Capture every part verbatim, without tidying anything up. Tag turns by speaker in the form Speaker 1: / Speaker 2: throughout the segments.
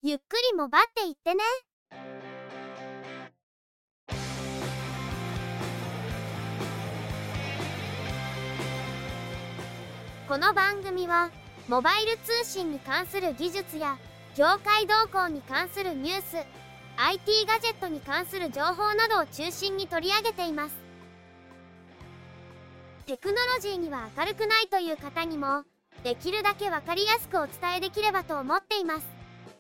Speaker 1: ゆっくりもばっていってね。この番組はモバイル通信に関する技術や業界動向に関するニュース、アイティー ガジェットに関する情報などを中心に取り上げています。テクノロジーには明るくないという方にもできるだけわかりやすくお伝えできればと思っています。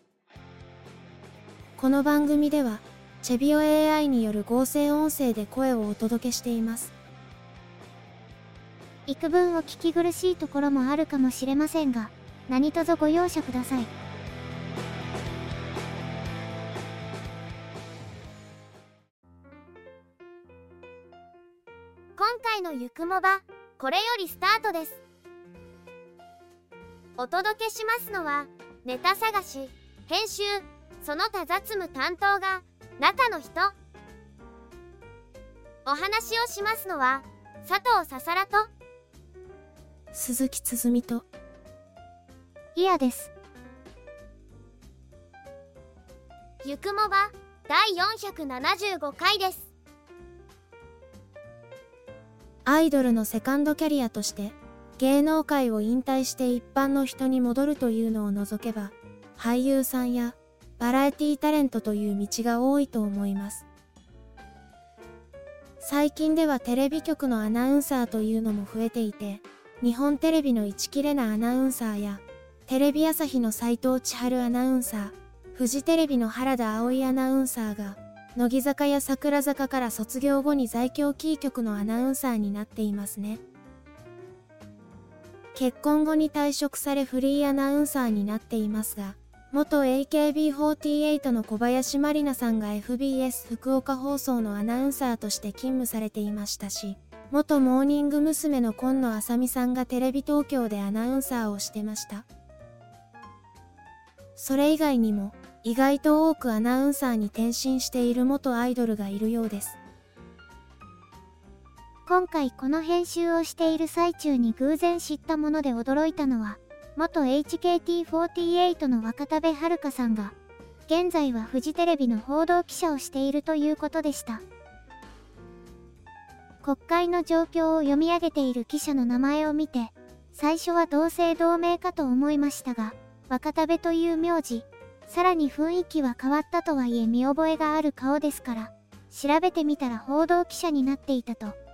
Speaker 2: この番組ではチェビオ エーアイ による合成音声で声をお届けしています。
Speaker 1: 幾分お聞き苦しいところもあるかもしれませんが、何卒ご容赦ください。今回のゆくもば、これよりスタートです。お届けしますのは、ネタ探し、編集、その他雑務担当が中の人。お話をしますのは、佐藤ささらと
Speaker 2: 鈴木つづみと
Speaker 1: いやです。ゆくもばだいよんひゃくななじゅうごかいです。
Speaker 2: アイドルのセカンドキャリアとして芸能界を引退して一般の人に戻るというのを除けば、俳優さんやバラエティタレントという道が多いと思います。最近ではテレビ局のアナウンサーというのも増えていて、日本テレビの市切れなアナウンサーや、テレビ朝日の斉藤千春アナウンサー、フジテレビの原田葵アナウンサーが、乃木坂や桜坂から卒業後に在京キー局のアナウンサーになっていますね。結婚後に退職されフリーアナウンサーになっていますが、元 エーケービーフォーティーエイト の小林まりなさんが エフビーエス 福岡放送のアナウンサーとして勤務されていましたし、元モーニング娘。の今野あさみさんがテレビ東京でアナウンサーをしてました。それ以外にも、意外と多くアナウンサーに転身している元アイドルがいるようです。
Speaker 1: 今回この編集をしている最中に偶然知ったもので驚いたのは、元 エイチケーティーフォーティーエイト の若田部遥さんが、現在はフジテレビの報道記者をしているということでした。国会の状況を読み上げている記者の名前を見て、最初は同姓同名かと思いましたが、若田部という名字、さらに雰囲気は変わったとはいえ見覚えがある顔ですから、調べてみたら報道記者になっていたと。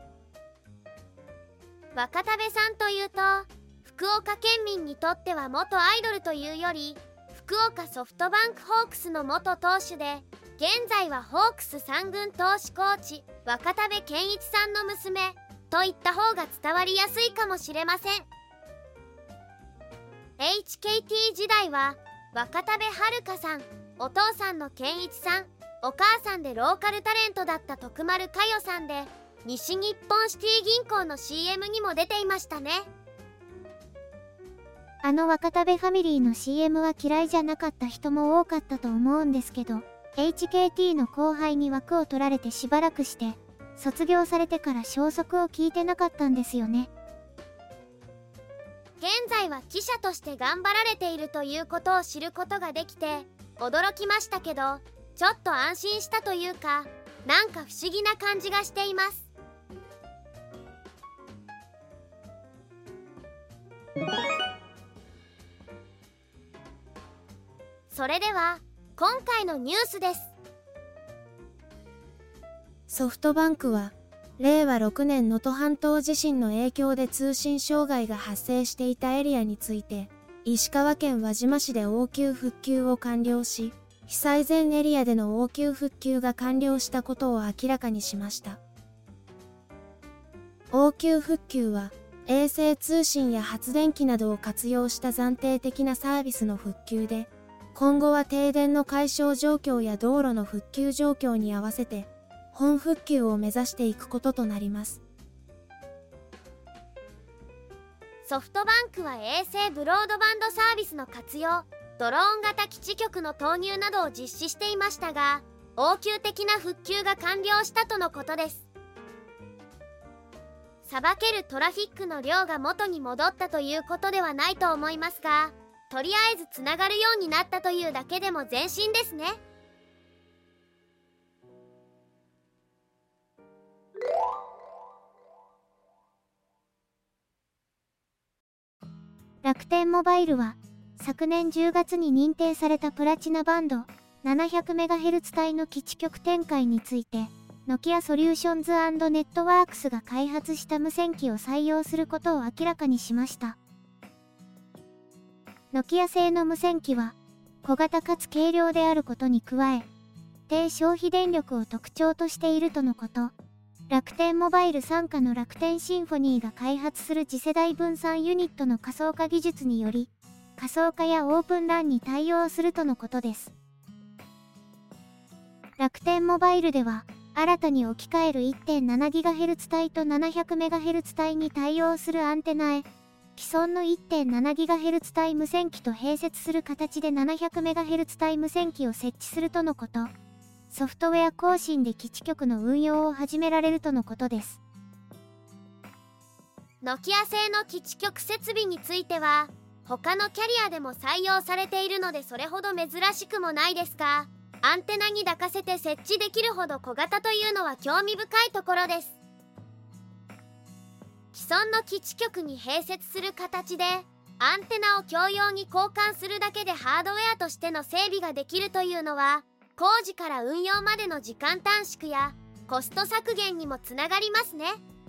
Speaker 1: 若田部さんというと、福岡県民にとっては元アイドルというより、福岡ソフトバンクホークスの元投手で、現在はホークスさん軍投手コーチ、若田部健一さんの娘、といった方が伝わりやすいかもしれません。エイチケーティー 時代は、若田部遥さん、お父さんの健一さん、お母さんでローカルタレントだった徳丸佳代さんで、西日本シティ銀行の シーエム にも出ていましたね。あの若田部ファミリーの シーエム は嫌いじゃなかった人も多かったと思うんですけど、エイチケーティー の後輩に枠を取られてしばらくして、卒業されてから消息を聞いてなかったんですよね。現在は記者として頑張られているということを知ることができて、驚きましたけど、ちょっと安心したというか、なんか不思議な感じがしています。それでは今回のニュースです。
Speaker 2: ソフトバンクはれいわろくねん能登半島地震の影響で通信障害が発生していたエリアについて、石川県輪島市で応急復旧を完了し、被災前エリアでの応急復旧が完了したことを明らかにしました。応急復旧は衛星通信や発電機などを活用した暫定的なサービスの復旧で、今後は停電の解消状況や道路の復旧状況に合わせて本復旧を目指していくこととなります。
Speaker 1: ソフトバンクは衛星ブロードバンドサービスの活用、ドローン型基地局の投入などを実施していましたが、応急的な復旧が完了したとのことです。さばけるトラフィックの量が元に戻ったということではないと思いますが、 とりあえずつながるようになったというだけでも前進ですね。
Speaker 3: 楽天モバイルは昨年じゅうがつに認定されたプラチナバンド ななひゃくメガヘルツ 帯の基地局展開についてノキアソリューションズ&ネットワークスが開発した無線機を採用することを明らかにしました。ノキア製の無線機は小型かつ軽量であることに加え、低消費電力を特徴としているとのこと。楽天モバイル傘下の楽天シンフォニーが開発する次世代分散ユニットの仮想化技術により、仮想化やオープンランに対応するとのことです。楽天モバイルでは、新たに置き換える いってんななギガヘルツ 帯と ななひゃくメガヘルツ 帯に対応するアンテナへ、既存の いってんななギガヘルツ 帯無線機と併設する形で ななひゃくメガヘルツ 帯無線機を設置するとのこと。ソフトウェア更新で基地局の運用を始められるとのことです。
Speaker 1: ノキア製の基地局設備については、他のキャリアでも採用されているのでそれほど珍しくもないですが、アンテナに抱かせて設置できるほど小型というのは興味深いところです。既存の基地局に併設する形で、アンテナを共用に交換するだけでハードウェアとしての整備ができるというのは、工事から運用までの時間短縮やコスト削減にもつながりますね。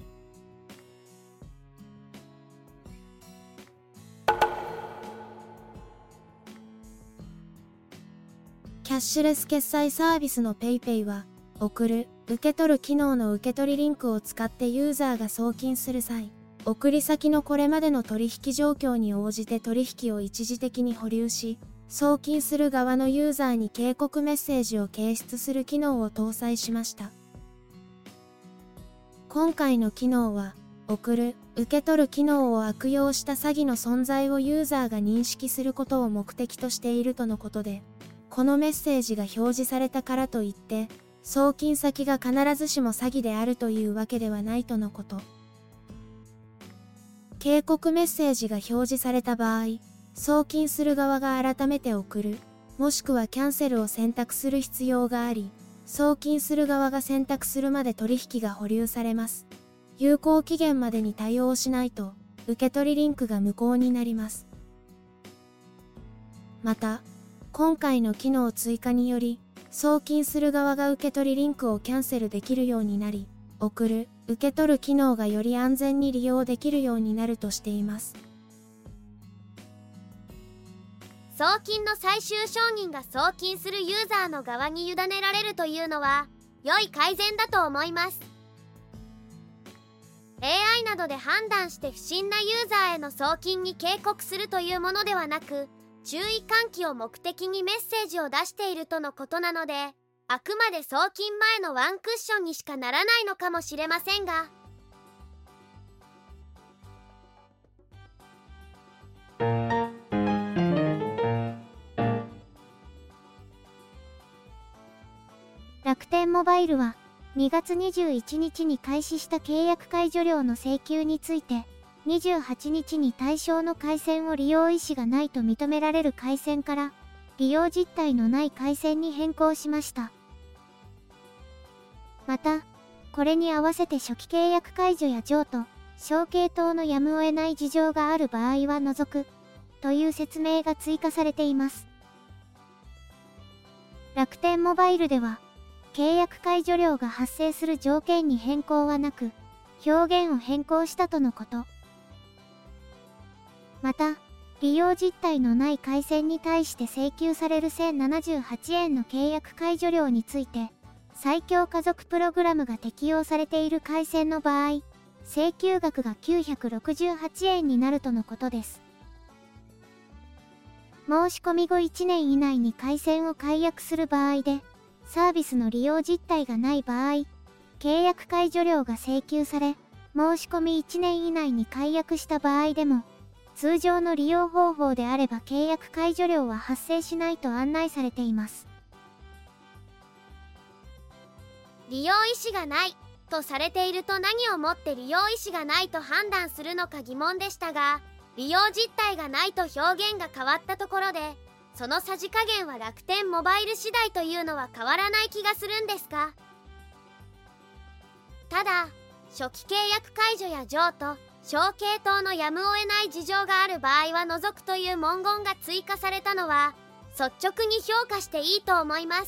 Speaker 2: キャッシュレス決済サービスの PayPay は、送る、受け取る機能の受け取りリンクを使ってユーザーが送金する際、送り先のこれまでの取引状況に応じて取引を一時的に保留し、送金する側のユーザーに警告メッセージを掲出する機能を搭載しました。今回の機能は、送る、受け取る機能を悪用した詐欺の存在をユーザーが認識することを目的としているとのことで、このメッセージが表示されたからといって、送金先が必ずしも詐欺であるというわけではないとのこと。警告メッセージが表示された場合、送金する側が改めて送る、もしくはキャンセルを選択する必要があり、送金する側が選択するまで取引が保留されます。有効期限までに対応しないと、受け取りリンクが無効になります。また、今回の機能追加により、送金する側が受け取りリンクをキャンセルできるようになり、送る、受け取る機能がより安全に利用できるようになるとしています。
Speaker 1: 送金の最終承認が送金するユーザーの側に委ねられるというのは良い改善だと思います。 エーアイ などで判断して不審なユーザーへの送金に警告するというものではなく、注意喚起を目的にメッセージを出しているとのことなので、あくまで送金前のワンクッションにしかならないのかもしれませんが、
Speaker 3: 楽天モバイルはにがつにじゅういちにちに開始した契約解除料の請求について、にじゅうはちにちに対象の回線を利用意思がないと認められる回線から、利用実態のない回線に変更しました。また、これに合わせて初期契約解除や譲渡、承継等のやむを得ない事情がある場合は除く、という説明が追加されています。楽天モバイルでは、契約解除料が発生する条件に変更はなく、表現を変更したとのこと。また、利用実態のない回線に対して請求されるせんななじゅうはちえんの契約解除料について、最強家族プログラムが適用されている回線の場合、請求額がきゅうひゃくろくじゅうはちえんになるとのことです。申し込み後いちねん以内に回線を解約する場合で、サービスの利用実態がない場合、契約解除料が請求され、申し込みいちねん以内に解約した場合でも、通常の利用方法であれば契約解除料は発生しないと案内されています。
Speaker 1: 利用意思がないとされていると何をもって利用意思がないと判断するのか疑問でしたが、 利用実態がないと表現が変わったところで、そのさじ加減は楽天モバイル次第というのは変わらない気がするんですが、ただ初期契約解除や譲渡、承継等のやむを得ない事情がある場合は除くという文言が追加されたのは率直に評価していいと思います。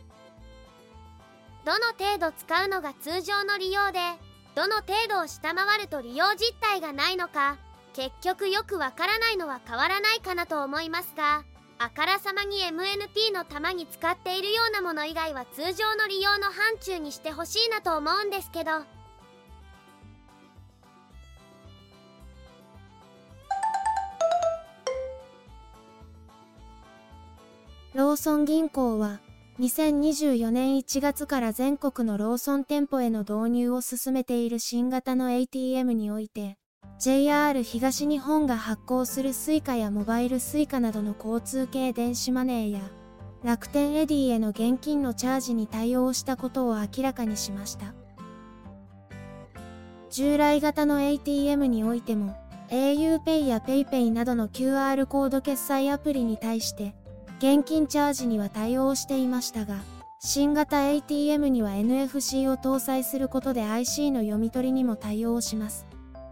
Speaker 1: どの程度使うのが通常の利用で、どの程度を下回ると利用実態がないのか、結局よくわからないのは変わらないかなと思いますが、あからさまに エムエヌピー の玉に使っているようなもの以外は通常の利用の範疇にしてほしいなと思うんですけど。
Speaker 2: ローソン銀行はにせんにじゅうよねんいちがつから全国のローソン店舗への導入を進めている新型の エーティーエム において、ジェイアール 東日本が発行する Suica やモバイル Suica などの交通系電子マネーや楽天エディへの現金のチャージに対応したことを明らかにしました。従来型の エーティーエム においても auPay や PayPay などの キューアール コード決済アプリに対して現金チャージには対応していましたが、新型 エーティーエム には エヌエフシー を搭載することで アイシー の読み取りにも対応します。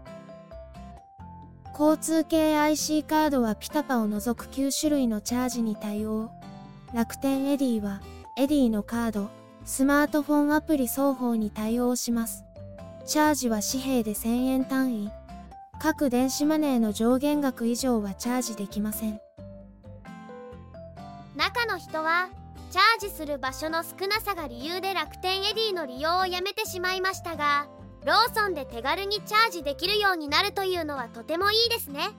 Speaker 2: 交通系 アイシー カードはピタパを除くきゅうしゅるいのチャージに対応。楽天エディはエディのカード、スマートフォンアプリ双方に対応します。チャージは紙幣でせんえん単位。各電子マネーの上限額以上はチャージできません。
Speaker 1: 中の人はチャージする場所の少なさが理由で楽天エディの利用をやめてしまいましたが、ローソンで手軽にチャージできるようになるというのはとてもいいですね。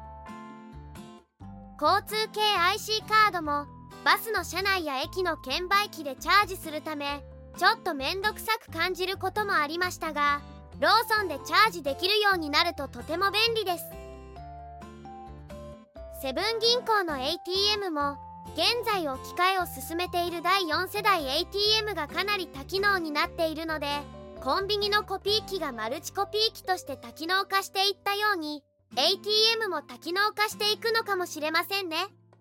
Speaker 1: 交通系 アイシー カードもバスの車内や駅の券売機でチャージするためちょっとめんどくさく感じることもありましたが、ローソンでチャージできるようになるととても便利です。セブン銀行の エーティーエム も現在置き換えを進めているだいよん世代 エーティーエム がかなり多機能になっているので、コンビニのコピー機がマルチコピー機として多機能化していったように エーティーエム も多機能化していくのかもしれませんね。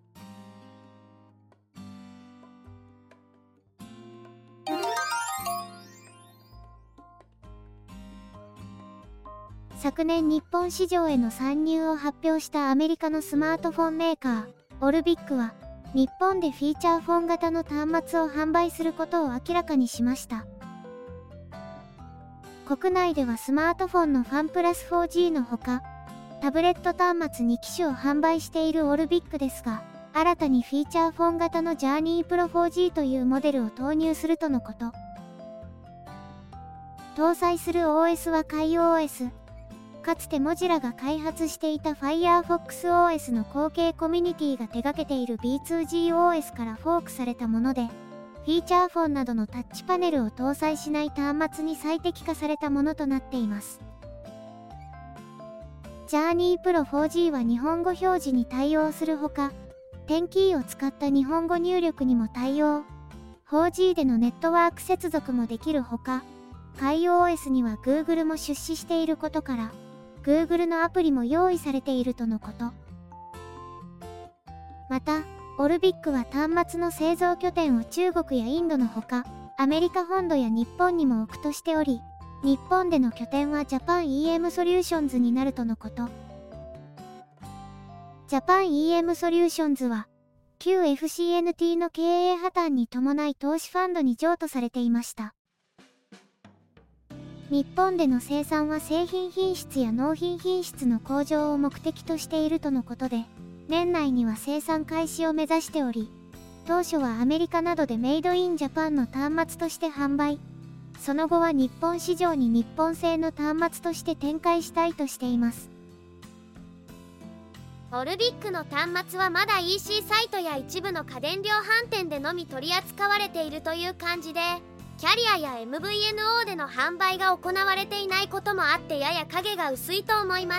Speaker 3: 昨年日本市場への参入を発表したアメリカのスマートフォンメーカーオルビックは日本でフィーチャーフォン型の端末を販売することを明らかにしました。国内ではスマートフォンのファンプラス フォージー のほか、タブレット端末に機種を販売しているオルビックですが、新たにフィーチャーフォン型のジャーニープロ フォージー というモデルを投入するとのこと。搭載する オーエス は海 オーエス。かつてモジラが開発していた Firefox オーエス の後継コミュニティが手掛けている ビーツージーオーエス からフォークされたもので、フィーチャーフォンなどのタッチパネルを搭載しない端末に最適化されたものとなっています。ジャーニープロ フォージー は日本語表示に対応するほか、テンキーを使った日本語入力にも対応。フォージー でのネットワーク接続もできるほか、海 オーエス には Google も出資していることから、Google のアプリも用意されているとのこと。また、オルビックは端末の製造拠点を中国やインドのほか、アメリカ本土や日本にも置くとしており、日本での拠点は ジャパンイーエム ソリューションズになるとのこと。ジャパンイーエム ソリューションズは、旧 エフシーエヌティー の経営破綻に伴い投資ファンドに譲渡されていました。日本での生産は製品品質や納品品質の向上を目的としているとのことで、年内には生産開始を目指しており、当初はアメリカなどでメイドインジャパンの端末として販売、その後は日本市場に日本製の端末として展開したいとしています。
Speaker 1: オルビックの端末はまだ イーシー サイトや一部の家電量販店でのみ取り扱われているという感じで、キャリアや エムブイエヌオー での販売が行われていないこともあってやや影が薄いと思います。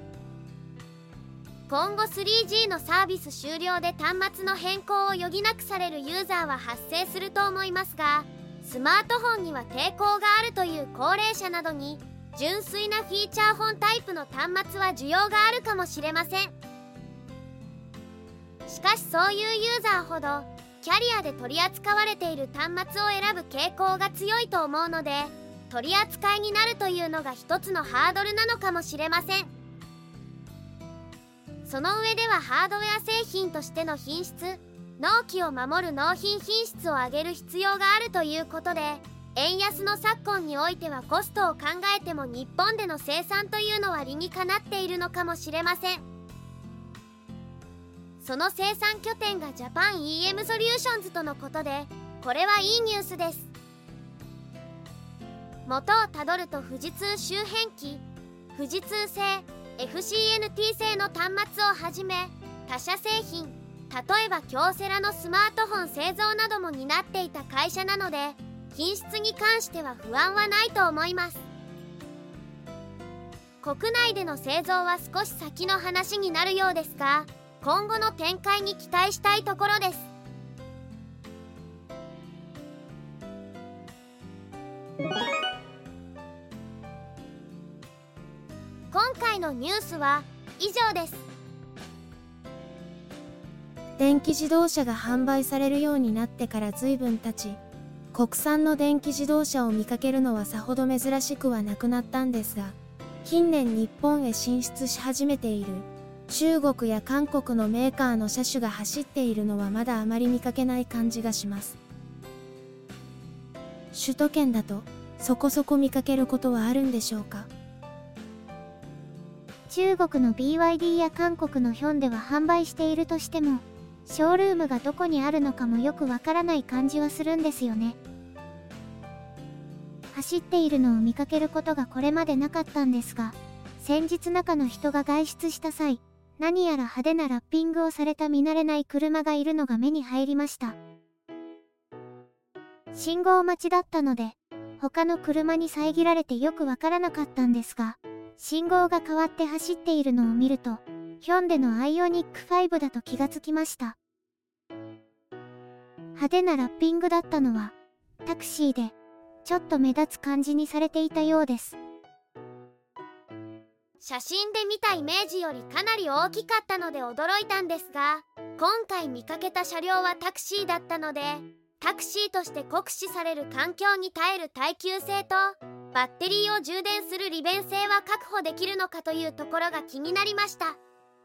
Speaker 1: 今後 スリージー のサービス終了で端末の変更を余儀なくされるユーザーは発生すると思いますが、スマートフォンには抵抗があるという高齢者などに純粋なフィーチャーフォンタイプの端末は需要があるかもしれません。しかしそういうユーザーほどキャリアで取り扱われている端末を選ぶ傾向が強いと思うので、取り扱いになるというのが一つのハードルなのかもしれません。その上ではハードウェア製品としての品質、納期を守る納品品質を上げる必要があるということで、円安の昨今においてはコストを考えても日本での生産というのは理にかなっているのかもしれません。その生産拠点がジャパン イーエム ソリューションズとのことで、これはいいニュースです。元をたどると富士通周辺機、富士通製 エフシーエヌティー 製の端末をはじめ他社製品、例えば京セラのスマートフォン製造なども担っていた会社なので、品質に関しては不安はないと思います。国内での製造は少し先の話になるようですが、今後の展開に期待したいところです。今回のニュースは以上です。
Speaker 2: 電気自動車が販売されるようになってから随分経ち、国産の電気自動車を見かけるのはさほど珍しくはなくなったんですが、近年日本へ進出し始めている中国や韓国のメーカーの車種が走っているのはまだあまり見かけない感じがします。首都圏だとそこそこ見かけることはあるんでしょうか。
Speaker 3: 中国の ビーワイディー や韓国のヒョンデは販売しているとしても、ショールームがどこにあるのかもよくわからない感じはするんですよね。走っているのを見かけることがこれまでなかったんですが、先日中の人が外出した際、何やら派手なラッピングをされた見慣れない車がいるのが目に入りました。信号待ちだったので、他の車に遮られてよくわからなかったんですが、信号が変わって走っているのを見ると、ヒョンデのアイオニックファイブだと気がつきました。派手なラッピングだったのは、タクシーで、ちょっと目立つ感じにされていたようです。
Speaker 1: 写真で見たイメージよりかなり大きかったので驚いたんですが、今回見かけた車両はタクシーだったので、タクシーとして酷使される環境に耐える耐久性と、バッテリーを充電する利便性は確保できるのかというところが気になりました。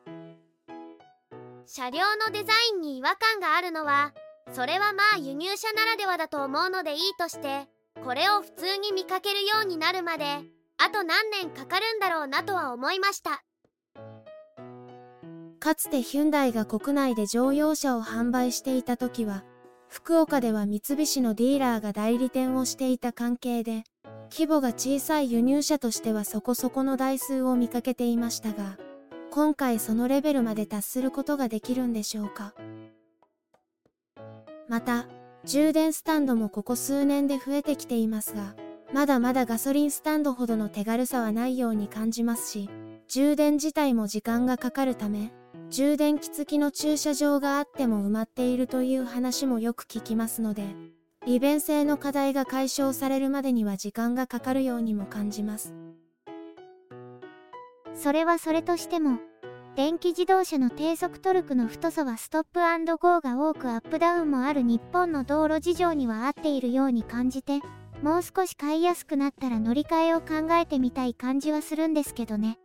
Speaker 1: 車両のデザインに違和感があるのは、それはまあ輸入車ならではだと思うのでいいとして、これを普通に見かけるようになるまで、あと何年かかるんだろうなとは思いました。
Speaker 2: かつてヒュンダイが国内で乗用車を販売していた時は、福岡では三菱のディーラーが代理店をしていた関係で、規模が小さい輸入車としてはそこそこの台数を見かけていましたが、今回そのレベルまで達することができるんでしょうか。また、充電スタンドもここ数年で増えてきていますが、まだまだガソリンスタンドほどの手軽さはないように感じますし、充電自体も時間がかかるため、充電器付きの駐車場があっても埋まっているという話もよく聞きますので、利便性の課題が解消されるまでには時間がかかるようにも感じます。
Speaker 3: それはそれとしても、電気自動車の低速トルクの太さはストップアンドゴーが多くアップダウンもある日本の道路事情には合っているように感じて、もう少し買いやすくなったら乗り換えを考えてみたい感じはするんですけどね。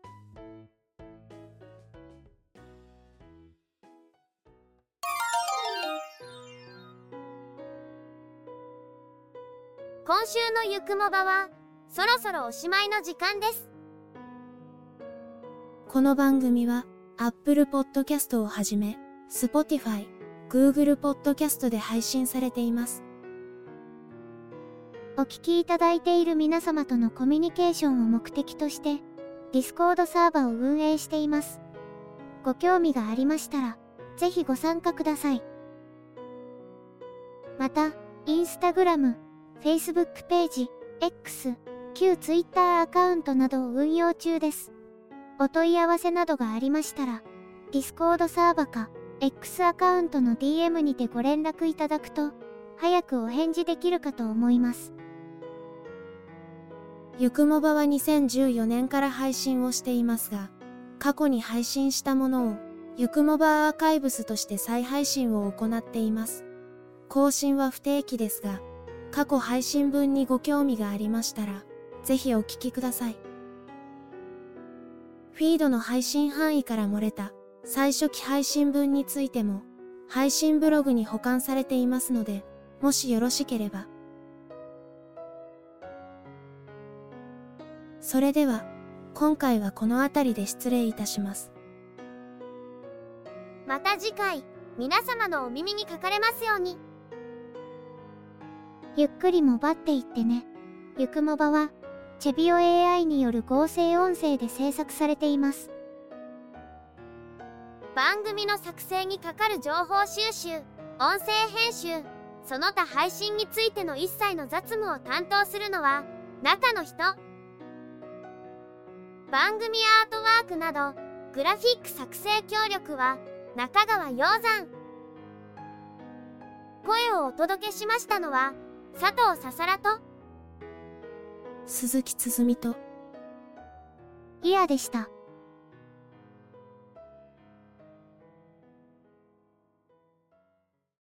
Speaker 1: 今週のゆくもばはそろそろおしまいの時間です。
Speaker 2: この番組は Apple Podcast をはじめ Spotify、Google Podcast で配信されています。
Speaker 3: お聞きいただいている皆様とのコミュニケーションを目的として Discord サーバーを運営しています。ご興味がありましたらぜひご参加ください。また、Instagram、Facebook ページ、X、旧 Twitter アカウントなどを運用中です。お問い合わせなどがありましたら、Discord サーバか X アカウントの ディーエム にてご連絡いただくと、早くお返事できるかと思います。
Speaker 2: ゆくもばはにせんじゅうよねんから配信をしていますが、過去に配信したものをゆくもばアーカイブスとして再配信を行っています。更新は不定期ですが、過去配信分にご興味がありましたら、ぜひお聞きください。フィードの配信範囲から漏れた最初期配信分についても、配信ブログに保管されていますので、もしよろしければ。それでは、今回はこの辺りで失礼いたします。
Speaker 1: また次回、皆様のお耳にかかれますように。
Speaker 3: ゆっくりもばっていってね。ゆくもばは、チェビオ エーアイ による合成音声で制作されています。
Speaker 1: 番組の作成にかかる情報収集、音声編集、その他配信についての一切の雑務を担当するのは、中の人。番組アートワークなど、グラフィック作成協力は、中川鷹山。声をお届けしましたのは、佐藤ささらと、
Speaker 2: 鈴木つづみと、
Speaker 3: イヤでした。